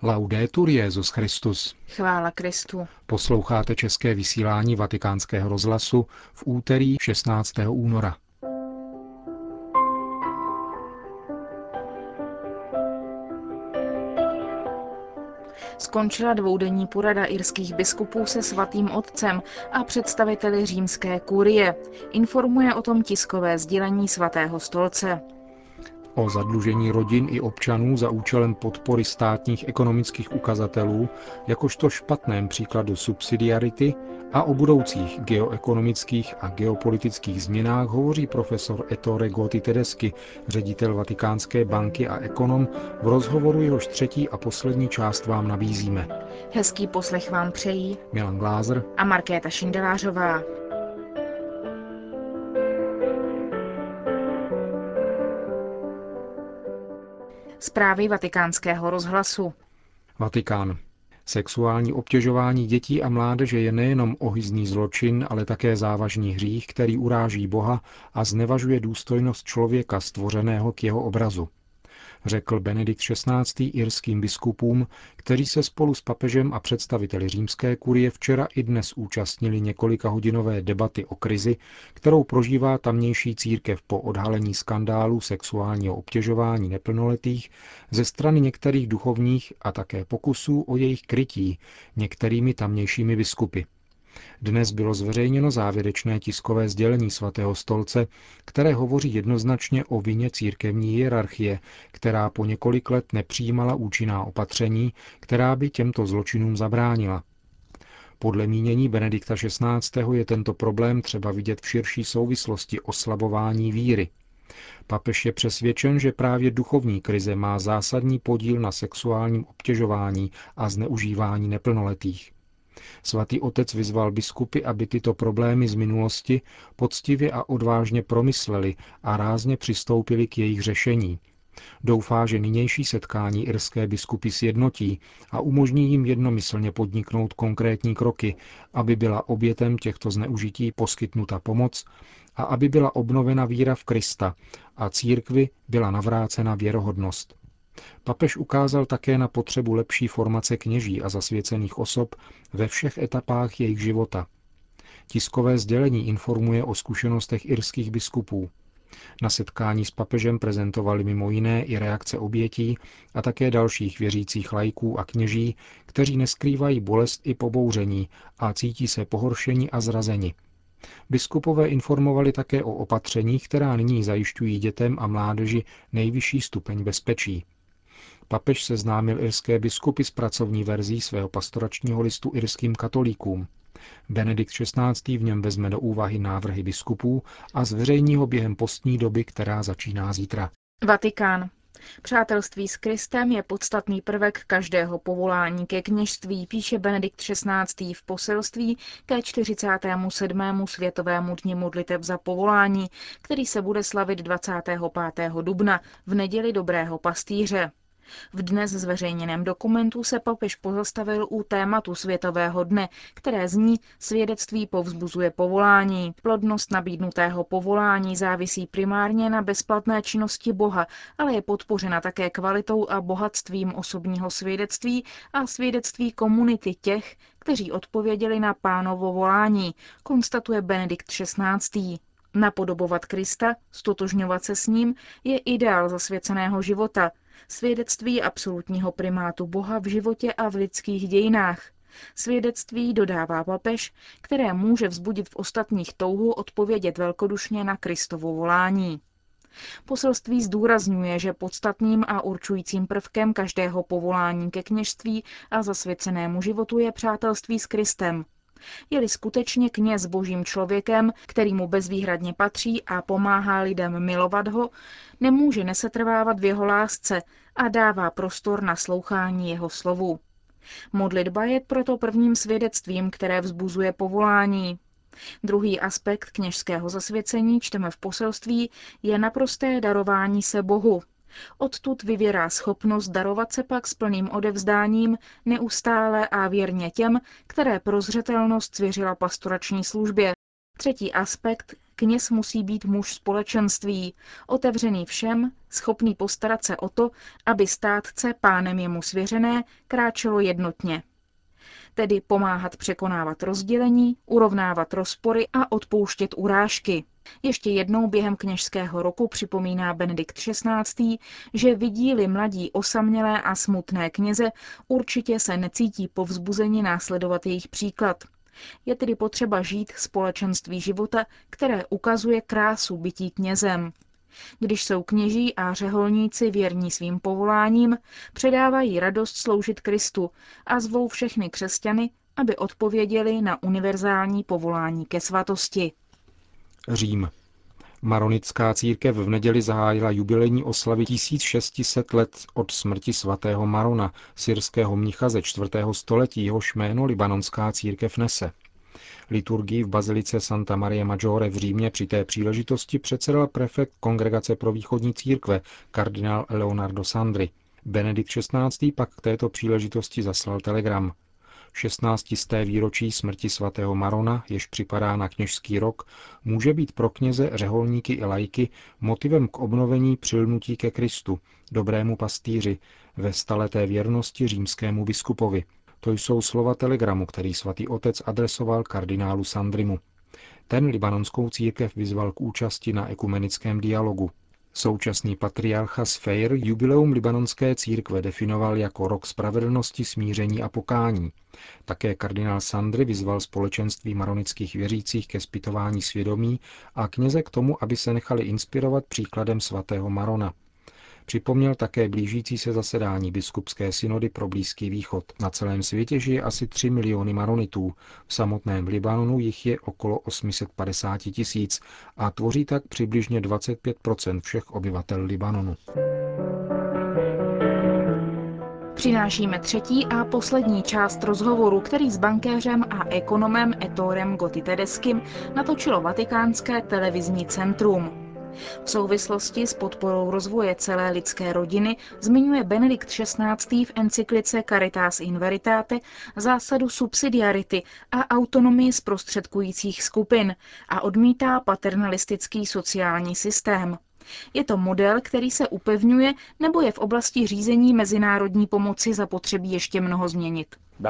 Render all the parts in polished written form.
Laudetur Jesus Christus. Chvála Kristu. Posloucháte české vysílání Vatikánského rozhlasu v úterý 16. února. Skončila dvoudenní porada irských biskupů se svatým otcem a představiteli římské kurie. Informuje o tom tiskové sdělení svatého stolce. O zadlužení rodin i občanů za účelem podpory státních ekonomických ukazatelů, jakožto špatném příkladu subsidiarity, a o budoucích geoekonomických a geopolitických změnách hovoří profesor Ettore Gotti Tedeschi, ředitel Vatikánské banky a ekonom, v rozhovoru, jehož třetí a poslední část vám nabízíme. Hezký poslech vám přejí Milan Glázer a Markéta Šindelářová. Zprávy Vatikánského rozhlasu. Vatikán. Sexuální obtěžování dětí a mládeže je nejenom ohyzný zločin, ale také závažný hřích, který uráží Boha a znevažuje důstojnost člověka stvořeného k jeho obrazu, řekl Benedikt XVI. Irským biskupům, kteří se spolu s papežem a představiteli římské kurie včera i dnes účastnili několikahodinové debaty o krizi, kterou prožívá tamnější církev po odhalení skandálu sexuálního obtěžování neplnoletých ze strany některých duchovních a také pokusů o jejich krytí některými tamnějšími biskupy. Dnes bylo zveřejněno závěrečné tiskové sdělení svatého stolce, které hovoří jednoznačně o vině církevní hierarchie, která po několik let nepřijímala účinná opatření, která by těmto zločinům zabránila. Podle mínění Benedikta XVI. Je tento problém třeba vidět v širší souvislosti oslabování víry. Papež je přesvědčen, že právě duchovní krize má zásadní podíl na sexuálním obtěžování a zneužívání neplnoletých. Svatý otec vyzval biskupy, aby tyto problémy z minulosti poctivě a odvážně promysleli a rázně přistoupili k jejich řešení. Doufá, že nynější setkání irské biskupy sjednotí a umožní jim jednomyslně podniknout konkrétní kroky, aby byla obětem těchto zneužití poskytnuta pomoc a aby byla obnovena víra v Krista a církvi byla navrácena věrohodnost. Papež ukázal také na potřebu lepší formace kněží a zasvěcených osob ve všech etapách jejich života. Tiskové sdělení informuje o zkušenostech irských biskupů. Na setkání s papežem prezentovali mimo jiné i reakce obětí a také dalších věřících laiků a kněží, kteří neskrývají bolest i pobouření a cítí se pohoršeni a zrazeni. Biskupové informovali také o opatřeních, která nyní zajišťují dětem a mládeži nejvyšší stupeň bezpečí. Papež seznámil irské biskupy s pracovní verzí svého pastoračního listu irským katolíkům. Benedikt XVI. V něm vezme do úvahy návrhy biskupů a zveřejní ho během postní doby, která začíná zítra. Vatikán. Přátelství s Kristem je podstatný prvek každého povolání ke kněžství, píše Benedikt XVI. V poselství ke 47. světovému dni modliteb za povolání, který se bude slavit 25. dubna v neděli Dobrého pastýře. V dnes zveřejněném dokumentu se papež pozastavil u tématu Světového dne, které zní Svědectví povzbuzuje povolání. Plodnost nabídnutého povolání závisí primárně na bezplatné činnosti Boha, ale je podpořena také kvalitou a bohatstvím osobního svědectví a svědectví komunity těch, kteří odpověděli na Pánovo volání, konstatuje Benedikt XVI. Napodobovat Krista, stotožňovat se s ním, je ideál zasvěceného života, svědectví absolutního primátu Boha v životě a v lidských dějinách. Svědectví, dodává papež, které může vzbudit v ostatních touhu odpovědět velkodušně na Kristovo volání. Poselství zdůrazňuje, že podstatným a určujícím prvkem každého povolání ke kněžství a zasvěcenému životu je přátelství s Kristem. Je-li skutečně kněz božím člověkem, který mu bezvýhradně patří a pomáhá lidem milovat ho, nemůže nesetrvávat v jeho lásce a dává prostor na slouchání jeho slovu. Modlitba je proto prvním svědectvím, které vzbuzuje povolání. Druhý aspekt kněžského zasvěcení, čteme v poselství, je naprosté darování se Bohu. Odtud vyvěrá schopnost darovat se pak s plným odevzdáním neustále a věrně těm, které prozřetelnost svěřila pastorační službě. Třetí aspekt Kněz musí být muž společenství, otevřený všem, schopný postarat se o to, aby státce, pánem jemu svěřené, kráčelo jednotně. Tedy pomáhat překonávat rozdělení, urovnávat rozpory a odpouštět urážky. Ještě jednou během kněžského roku připomíná Benedikt XVI., že vidí-li mladí osamělé a smutné kněze, určitě se necítí povzbuzeni následovat jejich příklad. Je tedy potřeba žít společenství života, které ukazuje krásu bytí knězem. Když jsou kněží a řeholníci věrní svým povoláním, předávají radost sloužit Kristu a zvou všechny křesťany, aby odpověděli na univerzální povolání ke svatosti. Řím. Maronitská církev v neděli zahájila jubilejní oslavy 1600 let od smrti svatého Marona, syrského mnicha ze 4. století, jehož jméno libanonská církev nese. Liturgii v bazilice Santa Maria Maggiore v Římě při té příležitosti předsedal prefekt Kongregace pro východní církve, kardinál Leonardo Sandri. Benedikt XVI. Pak k této příležitosti zaslal telegram. 16. výročí smrti svatého Marona, jež připadá na kněžský rok, může být pro kněze, řeholníky i laiky motivem k obnovení přilnutí ke Kristu, dobrému pastýři, ve staleté věrnosti římskému biskupovi. To jsou slova telegramu, který svatý otec adresoval kardinálu Sandrimu. Ten libanonskou církev vyzval k účasti na ekumenickém dialogu. Současný patriarcha Sfeir jubileum libanonské církve definoval jako rok spravedlnosti, smíření a pokání. Také kardinál Sandri vyzval společenství maronických věřících ke zpytování svědomí a kněze k tomu, aby se nechali inspirovat příkladem svatého Marona. Připomněl také blížící se zasedání biskupské synody pro Blízký východ. Na celém světě žije asi 3 miliony maronitů, v samotném Libanonu jich je okolo 850 000 a tvoří tak přibližně 25% všech obyvatel Libanonu. Přinášíme třetí a poslední část rozhovoru, který s bankéřem a ekonomem Ettorem Gotti-Tedeschim natočilo Vatikánské televizní centrum. V souvislosti s podporou rozvoje celé lidské rodiny zmiňuje Benedikt XVI. V encyklice Caritas in Veritate zásadu subsidiarity a autonomii zprostředkujících skupin a odmítá paternalistický sociální systém. Je to model, který se upevňuje, nebo je v oblasti řízení mezinárodní pomoci zapotřebí ještě mnoho změnit?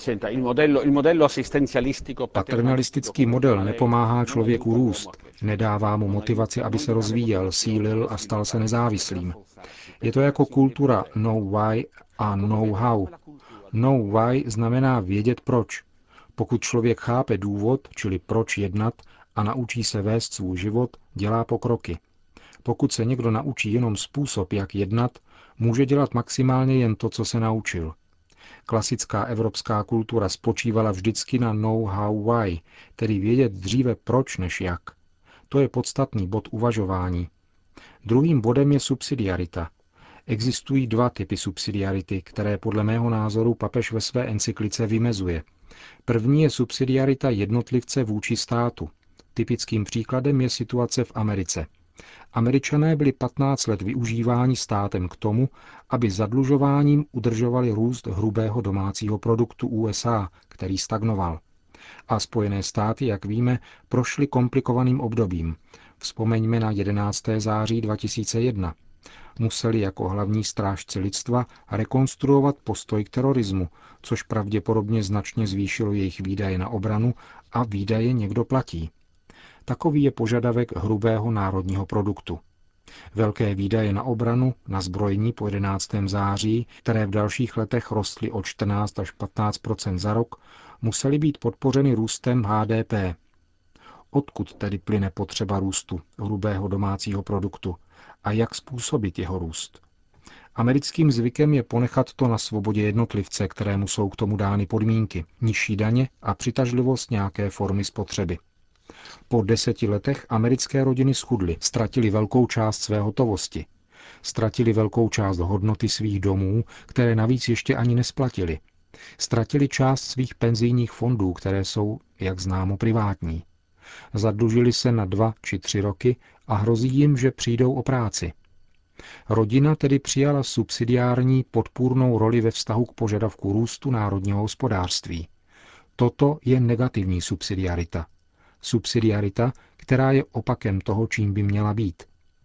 Paternalistický model nepomáhá člověku růst, nedává mu motivaci, aby se rozvíjel, sílil a stal se nezávislým. Je to jako kultura know why a know how. Know why znamená vědět proč. Pokud člověk chápe důvod, čili proč jednat, a naučí se vést svůj život, dělá pokroky. Pokud se někdo naučí jenom způsob, jak jednat, může dělat maximálně jen to, co se naučil. Klasická evropská kultura spočívala vždycky na know-how why, tedy vědět dříve proč než jak. To je podstatný bod uvažování. Druhým bodem je subsidiarita. Existují dva typy subsidiarity, které podle mého názoru papež ve své encyklice vymezuje. První je subsidiarita jednotlivce vůči státu. Typickým příkladem je situace v Americe. Američané byli 15 let využíváni státem k tomu, aby zadlužováním udržovali růst hrubého domácího produktu USA, který stagnoval. A Spojené státy, jak víme, prošly komplikovaným obdobím. Vzpomeňme na 11. září 2001. Museli jako hlavní strážci lidstva rekonstruovat postoj k terorismu, což pravděpodobně značně zvýšilo jejich výdaje na obranu a výdaje někdo platí. Takový je požadavek hrubého národního produktu. Velké výdaje na obranu, na zbrojení po 11. září, které v dalších letech rostly o 14 až 15 % za rok, musely být podpořeny růstem HDP. Odkud tedy plyne potřeba růstu hrubého domácího produktu a jak způsobit jeho růst? Americkým zvykem je ponechat to na svobodě jednotlivce, kterému jsou k tomu dány podmínky, nižší daně a přitažlivost nějaké formy spotřeby. Po 10 letech americké rodiny schudly, ztratily velkou část své hotovosti. Ztratili velkou část hodnoty svých domů, které navíc ještě ani nesplatili. Ztratili část svých penzijních fondů, které jsou, jak známo, privátní. Zadlužili se na 2 či 3 roky a hrozí jim, že přijdou o práci. Rodina tedy přijala subsidiární podpůrnou roli ve vztahu k požadavku růstu národního hospodářství. Toto je negativní subsidiarita. subsidiarita, která je opakem toho, čím by měla být.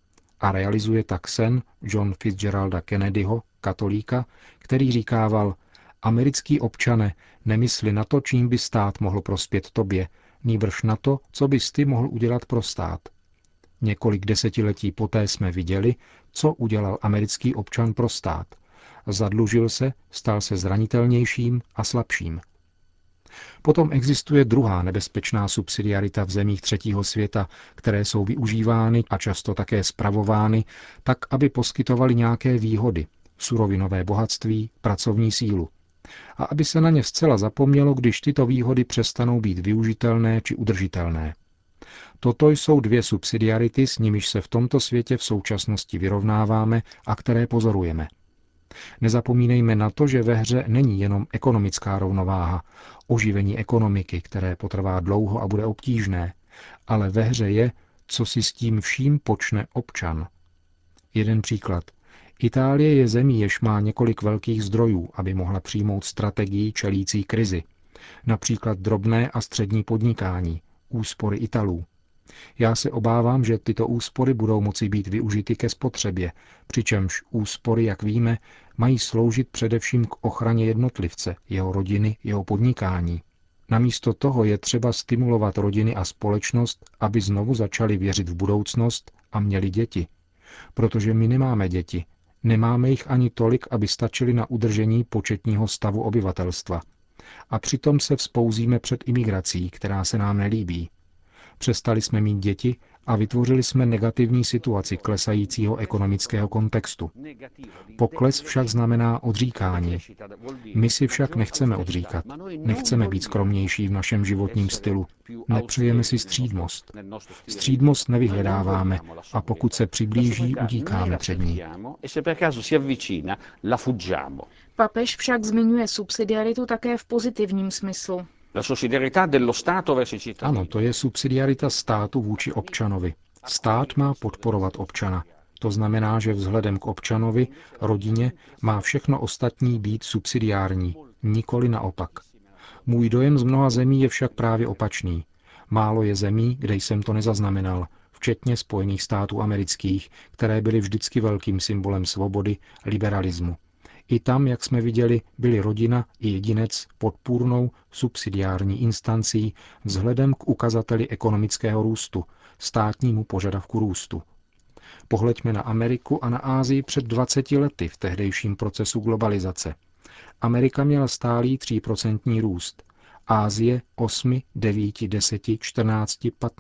A realizuje tak sen John Fitzgeralda Kennedyho, katolíka, který říkával: americký občane, nemysli na to, čím by stát mohl prospět tobě, nýbrž na to, co bys ty mohl udělat pro stát. Několik desetiletí poté jsme viděli, co udělal americký občan pro stát. Zadlužil se, stal se zranitelnějším a slabším. Potom existuje druhá nebezpečná subsidiarita v zemích třetího světa, které jsou využívány a často také spravovány tak, aby poskytovaly nějaké výhody, surovinové bohatství, pracovní sílu. A aby se na ně zcela zapomnělo, když tyto výhody přestanou být využitelné či udržitelné. Toto jsou dvě subsidiarity, s nimiž se v tomto světě v současnosti vyrovnáváme a které pozorujeme. Nezapomínejme na to, že ve hře není jenom ekonomická rovnováha, oživení ekonomiky, které potrvá dlouho a bude obtížné, ale ve hře je, co si s tím vším počne občan. Jeden příklad. Itálie je zemí, jež má několik velkých zdrojů, aby mohla přijmout strategii čelící krizi. Například drobné a střední podnikání, úspory Italů. Já se obávám, že tyto úspory budou moci být využity ke spotřebě, přičemž úspory, jak víme, mají sloužit především k ochraně jednotlivce, jeho rodiny, jeho podnikání. Namísto toho je třeba stimulovat rodiny a společnost, aby znovu začali věřit v budoucnost a měli děti. Protože my nemáme děti. Nemáme jich ani tolik, aby stačili na udržení početního stavu obyvatelstva. A přitom se vzpouzíme před imigrací, která se nám nelíbí. Přestali jsme mít děti a vytvořili jsme negativní situaci klesajícího ekonomického kontextu. Pokles však znamená odříkání. My si však nechceme odříkat. Nechceme být skromnější v našem životním stylu. Nepřejeme si střídmost. Střídmost nevyhledáváme a pokud se přiblíží, utíkáme před ní. Papež však zmiňuje subsidiaritu také v pozitivním smyslu. Ano, to je subsidiarita státu vůči občanovi. Stát má podporovat občana. To znamená, že vzhledem k občanovi, rodině, má všechno ostatní být subsidiární, nikoli naopak. Můj dojem z mnoha zemí je však právě opačný. Málo je zemí, kde jsem to nezaznamenal, včetně Spojených států amerických, které byly vždycky velkým symbolem svobody, liberalismu. I tam, jak jsme viděli, byly rodina i jedinec podpůrnou subsidiární instancí vzhledem k ukazateli ekonomického růstu, státnímu požadavku růstu. Pohleďme na Ameriku a na Asii před 20 lety v tehdejším procesu globalizace. Amerika měla stálý 3% růst, Asie 8, 9, 10, 14,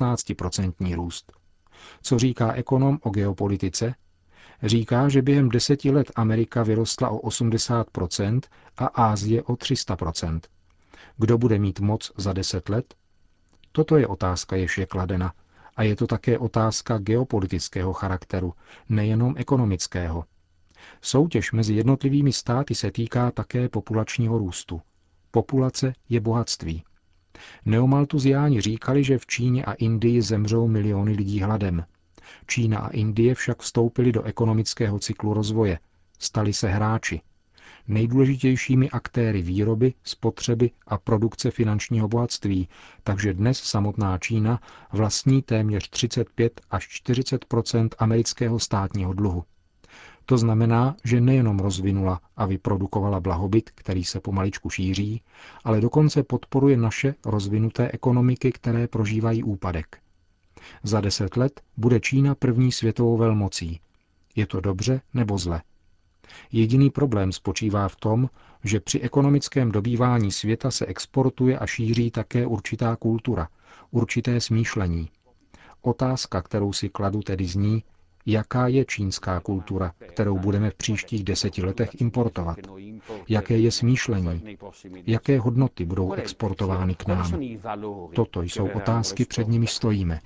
15% růst. Co říká ekonom o geopolitice? Říká, že během 10 let Amerika vyrostla o 80% a Asie o 300%. Kdo bude mít moc za 10 let? Toto je otázka, jež je kladena. A je to také otázka geopolitického charakteru, nejenom ekonomického. Soutěž mezi jednotlivými státy se týká také populačního růstu. Populace je bohatství. Neomaltuziáni říkali, že v Číně a Indii zemřou miliony lidí hladem. Čína a Indie však vstoupily do ekonomického cyklu rozvoje, stali se hráči. Nejdůležitějšími aktéry výroby, spotřeby a produkce finančního bohatství, takže dnes samotná Čína vlastní téměř 35 až 40% amerického státního dluhu. To znamená, že nejenom rozvinula a vyprodukovala blahobyt, který se pomaličku šíří, ale dokonce podporuje naše rozvinuté ekonomiky, které prožívají úpadek. Za 10 let bude Čína první světovou velmocí. Je to dobře nebo zle? Jediný problém spočívá v tom, že při ekonomickém dobývání světa se exportuje a šíří také určitá kultura, určité smýšlení. Otázka, kterou si kladu, tedy zní, jaká je čínská kultura, kterou budeme v příštích 10 letech importovat. Jaké je smýšlení? Jaké hodnoty budou exportovány k nám? Toto jsou otázky, před nimi stojíme.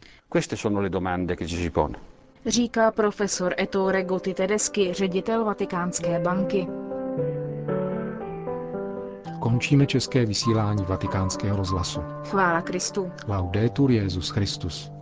Říká profesor Ettore Gotti Tedeschi, ředitel Vatikánské banky. Končíme české vysílání Vatikánského rozhlasu. Chvála Kristu. Laudetur Jesus Christus.